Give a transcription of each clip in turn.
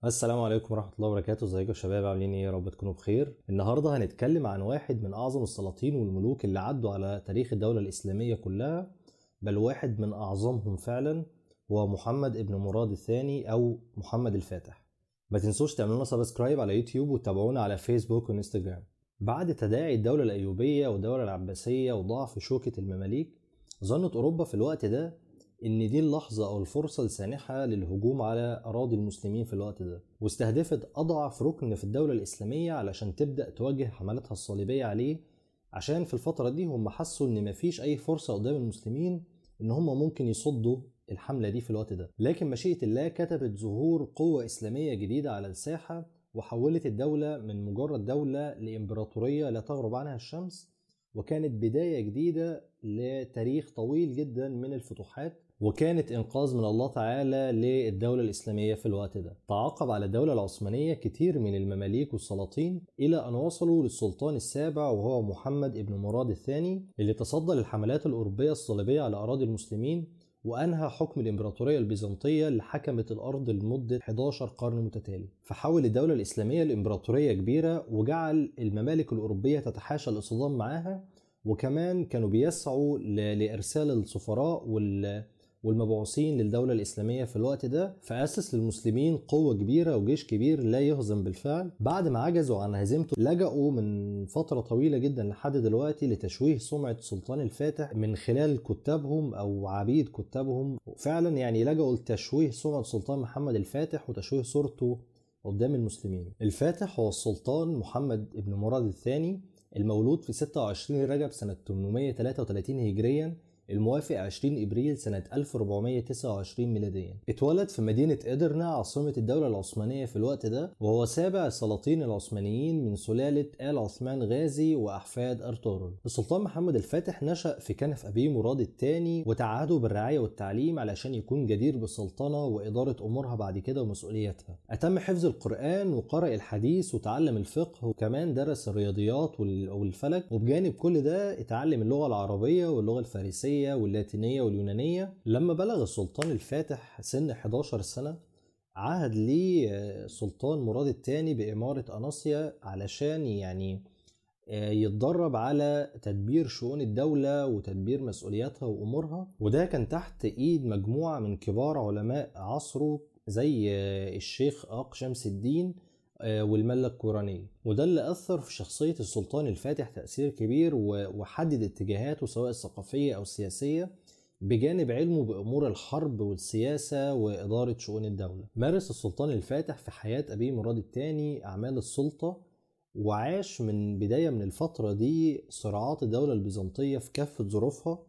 السلام عليكم ورحمة الله وبركاته. ازيكم يا شباب؟ عاملين ايه؟ يا رب تكونوا بخير. النهاردة هنتكلم عن واحد من أعظم السلاطين والملوك اللي عدوا على تاريخ الدولة الإسلامية كلها، بل واحد من أعظمهم فعلا، هو محمد ابن مراد الثاني أو محمد الفاتح. ما تنسوش تعملوا لنا سبسكرايب على يوتيوب وتابعونا على فيسبوك وانستجرام. بعد تداعي الدولة الأيوبية والدولة العباسية وضعف شوكة المماليك، ظنت أوروبا في الوقت ده إن دي اللحظة أو الفرصة السانحة للهجوم على أراضي المسلمين في الوقت ده، واستهدفت أضعف ركن في الدولة الإسلامية علشان تبدأ توجه حملاتها الصليبية عليه، عشان في الفترة دي هم حسوا إن مفيش أي فرصة قدام المسلمين إن هم ممكن يصدوا الحملة دي في الوقت ده. لكن مشيئة الله كتبت ظهور قوة إسلامية جديدة على الساحة، وحولت الدولة من مجرد دولة لإمبراطورية لا تغرب عنها الشمس، وكانت بداية جديدة لتاريخ طويل جدا من الفتوحات، وكانت إنقاذ من الله تعالى للدولة الإسلامية في الوقت ده. تعاقب على الدولة العثمانية كتير من المماليك والسلاطين إلى أن وصلوا للسلطان السابع، وهو محمد ابن مراد الثاني، اللي تصدى للحملات الأوروبية الصليبية على أراضي المسلمين، وأنهى حكم الإمبراطورية البيزنطية اللي حكمت الأرض لمدة 11 قرن متتالي. فحول الدولة الإسلامية لإمبراطورية كبيرة، وجعل الممالك الأوروبية تتحاشى الاصطدام معاها، وكمان كانوا بيسعوا لإرسال السفراء والمبعوثين للدولة الإسلامية في الوقت ده، فأسس للمسلمين قوة كبيرة وجيش كبير لا يهزم بالفعل. بعد ما عجزوا عن هزيمته، لجأوا من فترة طويلة جدا لحد دلوقتي لتشويه سمعة السلطان الفاتح من خلال كتابهم أو عبيد كتابهم. فعلا يعني لجأوا لتشويه سمعة السلطان محمد الفاتح وتشويه صورته قدام المسلمين. الفاتح هو السلطان محمد ابن مراد الثاني، المولود في 26 رجب سنة 833 هجريا، الموافق 20 إبريل سنة 1429 ميلاديا. اتولد في مدينة إدرنا عاصمة الدولة العثمانية في الوقت ده، وهو سابع السلاطين العثمانيين من سلالة آل عثمان غازي وأحفاد أرطغرل. السلطان محمد الفاتح نشأ في كنف أبيه مراد الثاني، وتعهده بالرعاية والتعليم علشان يكون جدير بالسلطنة وإدارة أمورها بعد كده ومسؤولياتها. أتم حفظ القرآن وقرأ الحديث وتعلم الفقه، وكمان درس الرياضيات والفلك، وبجانب كل ده اتعلم اللغة العربية واللغة الفارسية واللاتينية واليونانية. لما بلغ السلطان الفاتح سن 11 سنة، عهد ليه السلطان مراد الثاني بإمارة أناصيا علشان يتدرب على تدبير شؤون الدولة وتدبير مسؤولياتها وأمورها، وده كان تحت إيد مجموعة من كبار علماء عصره زي الشيخ آق شمس الدين والملة الكورانية. وده اللي أثر في شخصية السلطان الفاتح تأثير كبير، وحدد اتجاهاته سواء الثقافية أو السياسية، بجانب علمه بأمور الحرب والسياسة وإدارة شؤون الدولة. مارس السلطان الفاتح في حياة أبيه مراد الثاني أعمال السلطة، وعاش من الفترة دي صراعات الدولة البيزنطية في كافة ظروفها،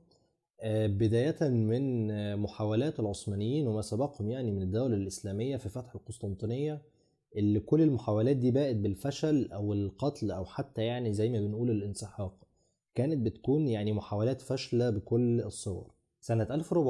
بداية من محاولات العثمانيين وما سبقهم من الدولة الإسلامية في فتح القسطنطينية، اللي كل المحاولات دي باءت بالفشل أو القتل أو حتى زي ما بنقول الانسحاق. كانت بتكون محاولات فاشلة بكل الصور. سنة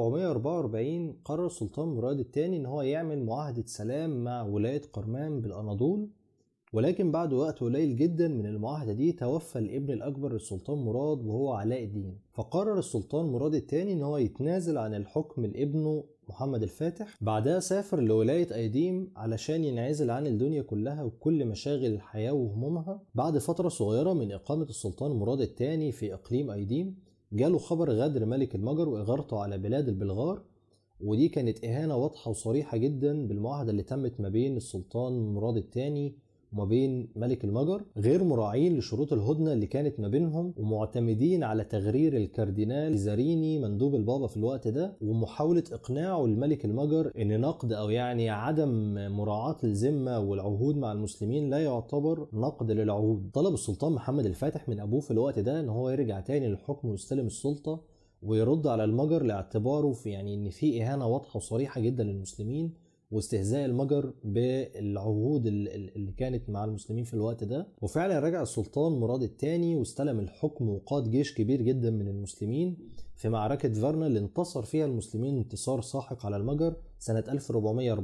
1444 قرر السلطان مراد الثاني إن هو يعمل معاهدة سلام مع ولاية قرمان بالأناضول، ولكن بعد وقت قليل جدا من المعاهدة دي توفى الابن الأكبر للسلطان مراد وهو علاء الدين. فقرر السلطان مراد الثاني إن هو يتنازل عن الحكم لابنه محمد الفاتح. بعدها سافر لولاية أيديم علشان ينعزل عن الدنيا كلها وكل مشاغل الحياة وهمومها. بعد فترة صغيرة من إقامة السلطان مراد الثاني في إقليم أيديم، جاله خبر غدر ملك المجر وإغارته على بلاد البلغار، ودي كانت إهانة واضحة وصريحة جدا بالمعاهدة اللي تمت ما بين السلطان مراد الثاني وما بين ملك المجر، غير مراعين لشروط الهدنة اللي كانت ما بينهم، ومعتمدين على تغرير الكاردينال زاريني مندوب البابا في الوقت ده، ومحاولة إقناعه الملك المجر إن نقد أو عدم مراعاة الذمة والعهود مع المسلمين لا يعتبر نقد للعهود. طلب السلطان محمد الفاتح من أبوه في الوقت ده إن هو يرجع تاني للحكم ويستلم السلطة ويرد على المجر، لاعتباره في إن في إهانة واضحة وصريحة جدا للمسلمين واستهزاء المجر بالعهود اللي كانت مع المسلمين في الوقت ده. وفعلا رجع السلطان مراد الثاني واستلم الحكم وقاد جيش كبير جدا من المسلمين في معركة فارنا اللي انتصر فيها المسلمين انتصار ساحق على المجر سنة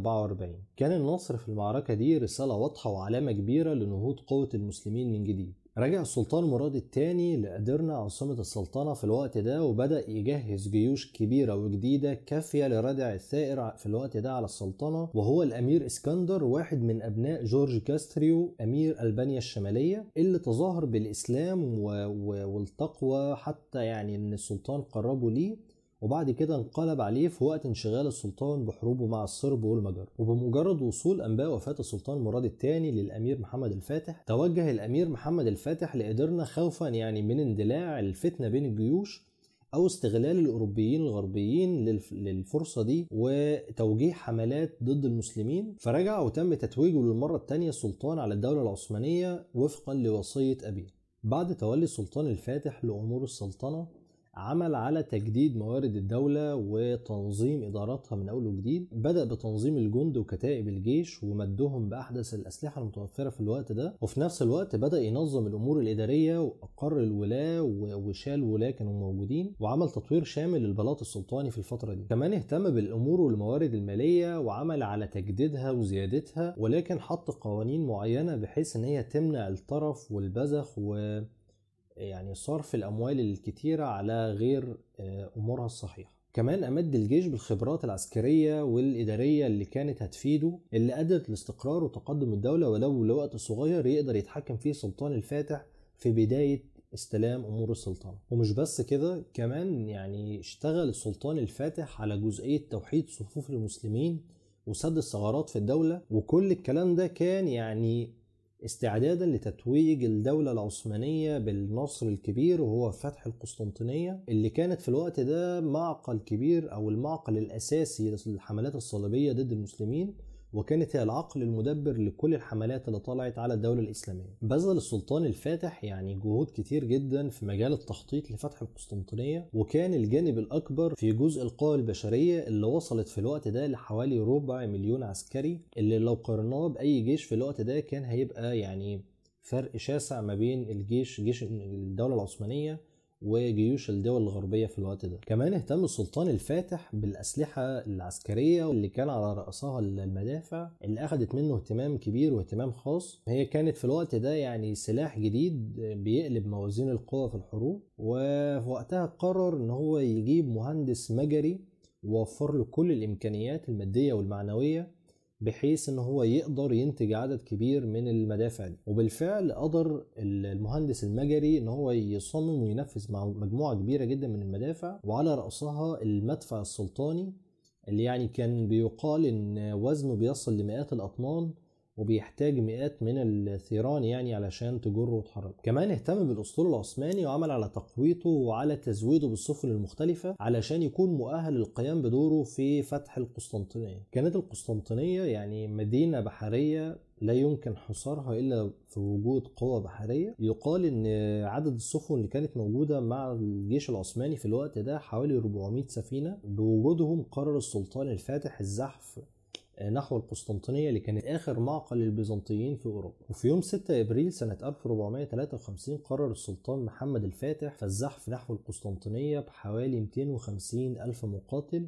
1444. كان النصر في المعركة دي رسالة واضحة وعلامة كبيرة لنهوض قوة المسلمين من جديد. رجع السلطان مراد الثاني لأدرنا عاصمة السلطنة في الوقت ده، وبدأ يجهز جيوش كبيرة وجديدة كافية لردع الثائر في الوقت ده على السلطنة، وهو الأمير اسكندر، واحد من أبناء جورج كاستريو أمير ألبانيا الشمالية، اللي تظاهر بالإسلام والتقوى، حتى يعني إن السلطان قربه ليه، وبعد كده انقلب عليه في وقت انشغال السلطان بحروبه مع الصرب والمجر. وبمجرد وصول أنباء وفاة السلطان مراد الثاني للأمير محمد الفاتح، توجه الأمير محمد الفاتح لإدرنا خوفا يعني من اندلاع الفتنة بين الجيوش أو استغلال الأوروبيين الغربيين للفرصة دي وتوجيه حملات ضد المسلمين. فرجع وتم تتويجه للمرة الثانية السلطان على الدولة العثمانية وفقا لوصية أبيه. بعد تولي السلطان الفاتح لأمور السلطنة، عمل على تجديد موارد الدولة وتنظيم إداراتها من أول وجديد. بدأ بتنظيم الجند وكتائب الجيش ومدهم بأحدث الأسلحة المتوفرة في الوقت ده، وفي نفس الوقت بدأ ينظم الأمور الإدارية وأقر الولاة وشال ولاة كانوا موجودين، وعمل تطوير شامل للبلاط السلطاني في الفترة دي. كمان اهتم بالأمور والموارد المالية وعمل على تجديدها وزيادتها، ولكن حط قوانين معينة بحيث أن هي تمنع الترف والبذخ يعني صرف الأموال الكتيرة على غير أمورها الصحيحة. كمان أمد الجيش بالخبرات العسكرية والإدارية اللي كانت هتفيده، اللي أدت لاستقرار وتقدم الدولة ولو لوقت صغير يقدر يتحكم فيه السلطان الفاتح في بداية استلام أمور السلطنة. ومش بس كده، كمان يعني اشتغل السلطان الفاتح على جزئية توحيد صفوف المسلمين وسد الثغرات في الدولة، وكل الكلام ده كان يعني استعدادا لتتويج الدولة العثمانية بالنصر الكبير، وهو فتح القسطنطينية اللي كانت في الوقت ده معقل كبير أو المعقل الأساسي للحملات الصليبية ضد المسلمين، وكانت هي العقل المدبر لكل الحملات اللي طلعت على الدولة الإسلامية. بذل السلطان الفاتح يعني جهود كتير جدا في مجال التخطيط لفتح القسطنطينية، وكان الجانب الأكبر في جزء القوى البشرية اللي وصلت في الوقت ده لحوالي 250,000 عسكري، اللي لو قارناه بأي جيش في الوقت ده كان هيبقى يعني فرق شاسع ما بين جيش الدولة العثمانية وجيوش الدول الغربية في الوقت ده. كمان اهتم السلطان الفاتح بالأسلحة العسكرية اللي كان على رأسها المدافع، اللي أخدت منه اهتمام كبير واهتمام خاص. هي كانت في الوقت ده يعني سلاح جديد بيقلب موازين القوى في الحروب، وفي وقتها قرر ان هو يجيب مهندس مجري ووفر له كل الإمكانيات المادية والمعنوية بحيث ان هو يقدر ينتج عدد كبير من المدافع دي. وبالفعل قدر المهندس المجري ان هو يصمم وينفذ مع مجموعة كبيرة جدا من المدافع، وعلى رأسها المدفع السلطاني اللي يعني كان بيقال ان وزنه بيصل لمئات الأطنان وبيحتاج مئات من الثيران يعني علشان تجره وتحركه. كمان اهتم بالاسطول العثماني وعمل على تقويته وعلى تزويده بالسفن المختلفة علشان يكون مؤهل للقيام بدوره في فتح القسطنطينية. كانت القسطنطينية يعني مدينة بحرية لا يمكن حصارها إلا في وجود قوة بحرية. يقال إن عدد السفن اللي كانت موجودة مع الجيش العثماني في الوقت ده حوالي 400 سفينة. بوجودهم قرر السلطان الفاتح الزحف نحو القسطنطينية اللي كانت آخر معقل للبيزنطيين في أوروبا. وفي يوم 6 إبريل سنة 1453 قرر السلطان محمد الفاتح الزحف نحو القسطنطينية بحوالي 250 ألف مقاتل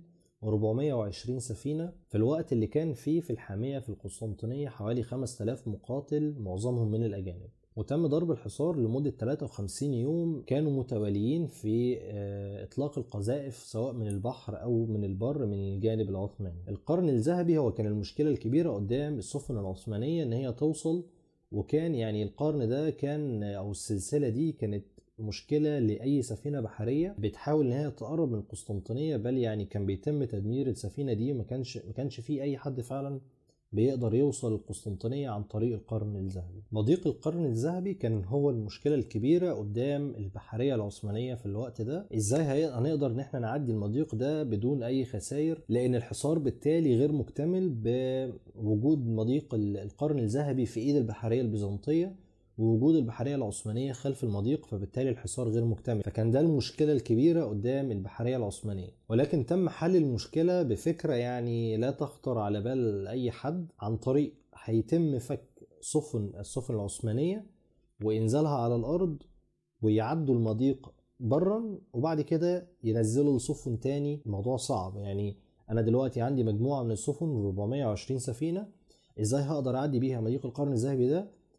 و420 سفينة، في الوقت اللي كان فيه في الحامية في القسطنطينية حوالي 5000 مقاتل معظمهم من الأجانب. وتم ضرب الحصار لمدة 53 يوم كانوا متواليين في إطلاق القذائف سواء من البحر أو من البر من الجانب العثماني. القرن الذهبي هو كان المشكلة الكبيرة قدام السفن العثمانية إن هي توصل، وكان يعني القرن ده كان أو السلسلة دي كانت مشكلة لأي سفينة بحرية بتحاول إن هي تقرب من القسطنطينية، بل يعني كان بيتم تدمير السفينة دي. ما كانش فيه أي حد فعلا بيقدر يوصل القسطنطينية عن طريق القرن الذهبي. مضيق القرن الذهبي كان هو المشكلة الكبيرة قدام البحرية العثمانية في الوقت ده. ازاي هنقدر ان احنا نعدي المضيق ده بدون اي خسائر، لان الحصار بالتالي غير مكتمل بوجود مضيق القرن الذهبي في ايد البحرية البيزنطية ووجود البحرية العثمانية خلف المضيق، فبالتالي الحصار غير مكتمل. فكان ده المشكلة الكبيرة قدام البحرية العثمانية. ولكن تم حل المشكلة بفكرة يعني لا تخطر على بال أي حد، عن طريق هيتم فك السفن العثمانية وإنزالها على الأرض ويعدوا المضيق برا، وبعد كده ينزلوا السفن تاني. الموضوع صعب يعني، أنا دلوقتي عندي مجموعة من السفن 420 سفينة، إزاي هقدر أعدي بيها مضيق القرن الذهبي ده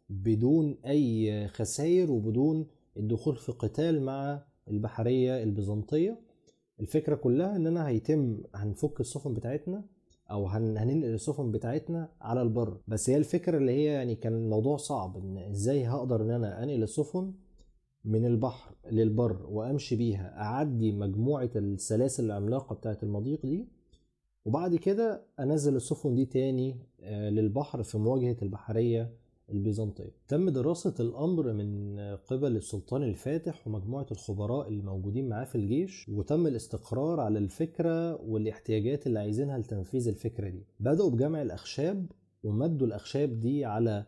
بدون أي خسائر وبدون الدخول في قتال مع البحرية البيزنطية. الفكرة كلها إننا هنفك السفن بتاعتنا أو هننقل السفن بتاعتنا على البر. بس هي الفكرة اللي هي يعني كان الموضوع صعب، إن إزاي هقدر إن أنا أنقل السفن من البحر للبر وأمشي بيها، أعدي مجموعة السلاسل العملاقة بتاعت المضيق دي، وبعد كده أنزل السفن دي تاني للبحر في مواجهة البحرية البيزنطية. تم دراسة الأمر من قبل السلطان الفاتح ومجموعة الخبراء اللي موجودين معاه في الجيش، وتم الاستقرار على الفكرة والاحتياجات اللي عايزينها لتنفيذ الفكرة دي. بدأوا بجمع الأخشاب ومدوا الأخشاب دي على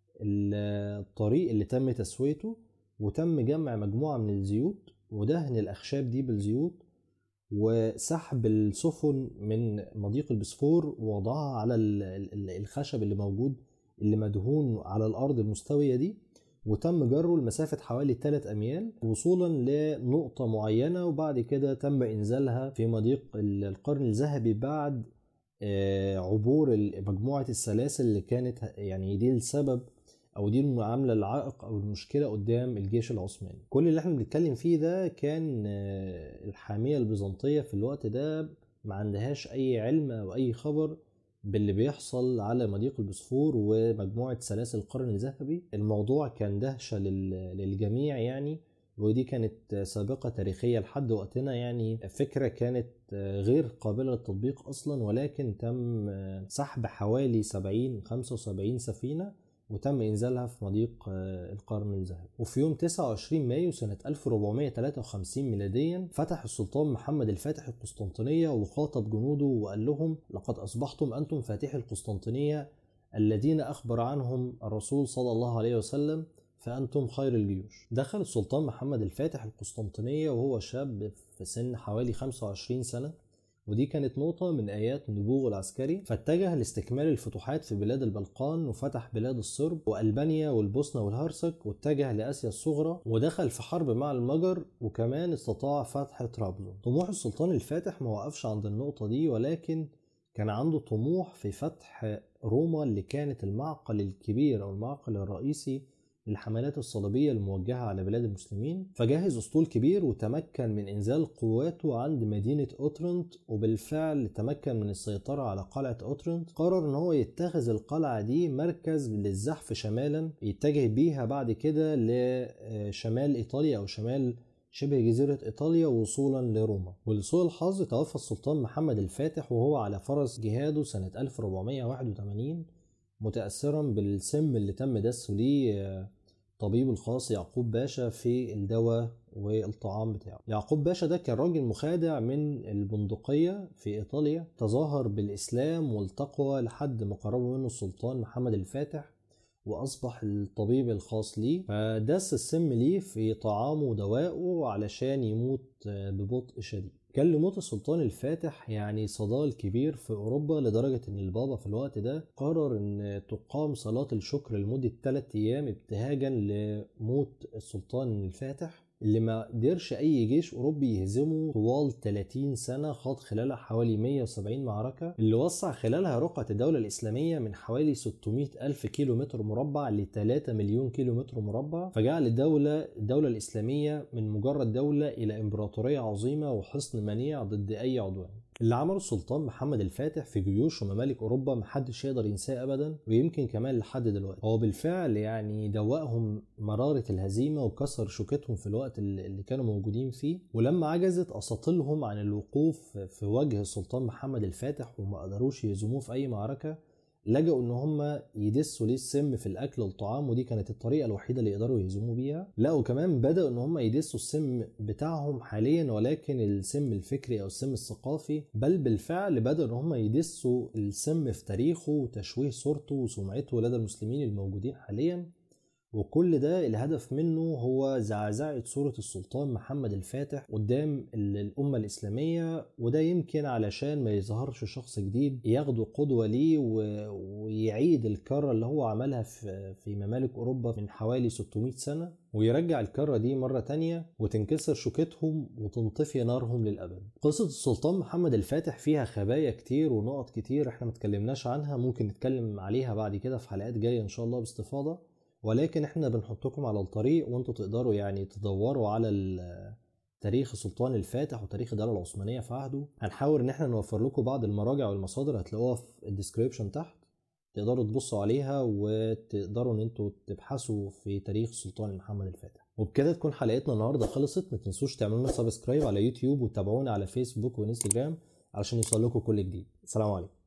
الطريق اللي تم تسويته، وتم جمع مجموعة من الزيوت ودهن الأخشاب دي بالزيوت، وسحب السفن من مضيق البسفور ووضعها على الخشب اللي موجود اللي مدهون على الأرض المستوية دي، وتم جره لمسافة حوالي 3 أميال وصولا لنقطة معينة، وبعد كده تم إنزالها في مضيق القرن الذهبي بعد عبور مجموعة السلاسل اللي كانت يعني دي السبب او دي عامله العائق او المشكله قدام الجيش العثماني. كل اللي احنا بنتكلم فيه ده كان الحاميه البيزنطيه في الوقت ده ما عندهاش اي علم او اي خبر باللي بيحصل على مضيق البوسفور ومجموعه سلاسل القرن الذهبي. الموضوع كان دهشه للجميع يعني، ودي كانت سابقه تاريخيه لحد وقتنا يعني. فكره كانت غير قابله للتطبيق اصلا، ولكن تم سحب حوالي 75 سفينه وتم إنزالها في مضيق القرن الذهبي. وفي يوم 29 مايو سنة 1453 ميلاديا فتح السلطان محمد الفاتح القسطنطينية وخاطب جنوده وقال لهم: لقد أصبحتم أنتم فاتحي القسطنطينية الذين أخبر عنهم الرسول صلى الله عليه وسلم، فأنتم خير الجيوش. دخل السلطان محمد الفاتح القسطنطينية وهو شاب في سن حوالي 25 سنة، ودي كانت نقطة من آيات نبوغه العسكري. فاتجه لاستكمال الفتوحات في بلاد البلقان وفتح بلاد الصرب وألبانيا والبوسنة والهرسك، واتجه لآسيا الصغرى ودخل في حرب مع المجر، وكمان استطاع فتح طرابزون. طموح السلطان الفاتح ما وقفش عند النقطة دي، ولكن كان عنده طموح في فتح روما اللي كانت المعقل الكبير أو المعقل الرئيسي للحملات الصليبية الموجهة على بلاد المسلمين. فجهز أسطول كبير وتمكن من إنزال قواته عند مدينة أوترنت، وبالفعل تمكن من السيطرة على قلعة أوترنت. قرر إن هو يتخذ القلعة دي مركز للزحف شمالا يتجه بيها بعد كده لشمال إيطاليا أو شمال شبه جزيرة إيطاليا وصولا لروما. ولسوء الحظ توفى السلطان محمد الفاتح وهو على فرس جهاده سنة 1481 متأثرا بالسم اللي تم دسه ليه طبيب الخاص يعقوب باشا في الدواء والطعام بتاعه. يعقوب باشا ده كان راجل مخادع من البندقية في إيطاليا، تظاهر بالإسلام والتقوى لحد ما قربه منه السلطان محمد الفاتح وأصبح الطبيب الخاص ليه، فدس السم ليه في طعامه ودوائه علشان يموت ببطء شديد. كان لموت السلطان الفاتح يعني صدى كبير في أوروبا، لدرجة إن البابا في الوقت ده قرر إن تقام صلاة الشكر لمدة 3 أيام ابتهاجا لموت السلطان الفاتح اللي ما قدرش أي جيش أوروبي يهزمه طوال 30 سنة، خاض خلالها حوالي 170 معركة، اللي وسع خلالها رقعة الدولة الإسلامية من حوالي 600 ألف كيلو متر مربع ل 3 مليون كيلو متر مربع، فجعل الدولة الإسلامية من مجرد دولة إلى إمبراطورية عظيمة وحصن منيع ضد أي عدوان. اللي عمله السلطان محمد الفاتح في جيوش وممالك أوروبا محدش يقدر ينساه أبدا، ويمكن كمان لحد دلوقتي. هو بالفعل يعني دوقهم مرارة الهزيمة وكسر شوكتهم في الوقت اللي كانوا موجودين فيه، ولما عجزت أساطيلهم عن الوقوف في وجه السلطان محمد الفاتح وما قدروش يهزموه في أي معركة، لجأوا ان هم يدسوا ليه السم في الاكل والطعام، ودي كانت الطريقه الوحيده اللي يقدروا يهزموه بيها. لا وكمان بدأوا ان هم يدسوا السم بتاعهم حاليا، ولكن السم الفكري او السم الثقافي، بل بالفعل بدأوا ان هم يدسوا السم في تاريخه وتشويه صورته وسمعته لدى المسلمين الموجودين حاليا. وكل ده الهدف منه هو زعزعة صورة السلطان محمد الفاتح قدام الأمة الإسلامية، وده يمكن علشان ما يظهرش شخص جديد ياخده قدوة ليه ويعيد الكرة اللي هو عملها في ممالك أوروبا من حوالي 600 سنة، ويرجع الكرة دي مرة تانية وتنكسر شوكتهم وتنطفي نارهم للأبد. قصة السلطان محمد الفاتح فيها خبايا كتير ونقط كتير احنا متكلمناش عنها، ممكن نتكلم عليها بعد كده في حلقات جاية إن شاء الله باستفاضة. ولكن احنا بنحطكم على الطريق وانتوا تقدروا يعني تدوروا على تاريخ السلطان الفاتح وتاريخ الدولة العثمانية في عهده. هنحاول ان احنا نوفر لكم بعض المراجع والمصادر هتلاقوها في الديسكريبشن تحت، تقدروا تبصوا عليها وتقدروا ان انتوا تبحثوا في تاريخ السلطان محمد الفاتح. وبكده تكون حلقتنا النهارده خلصت. ما تنسوش تعملوا لنا سبسكرايب على يوتيوب وتتابعونا على فيسبوك وانستجرام علشان يوصل لكم كل جديد. السلام عليكم.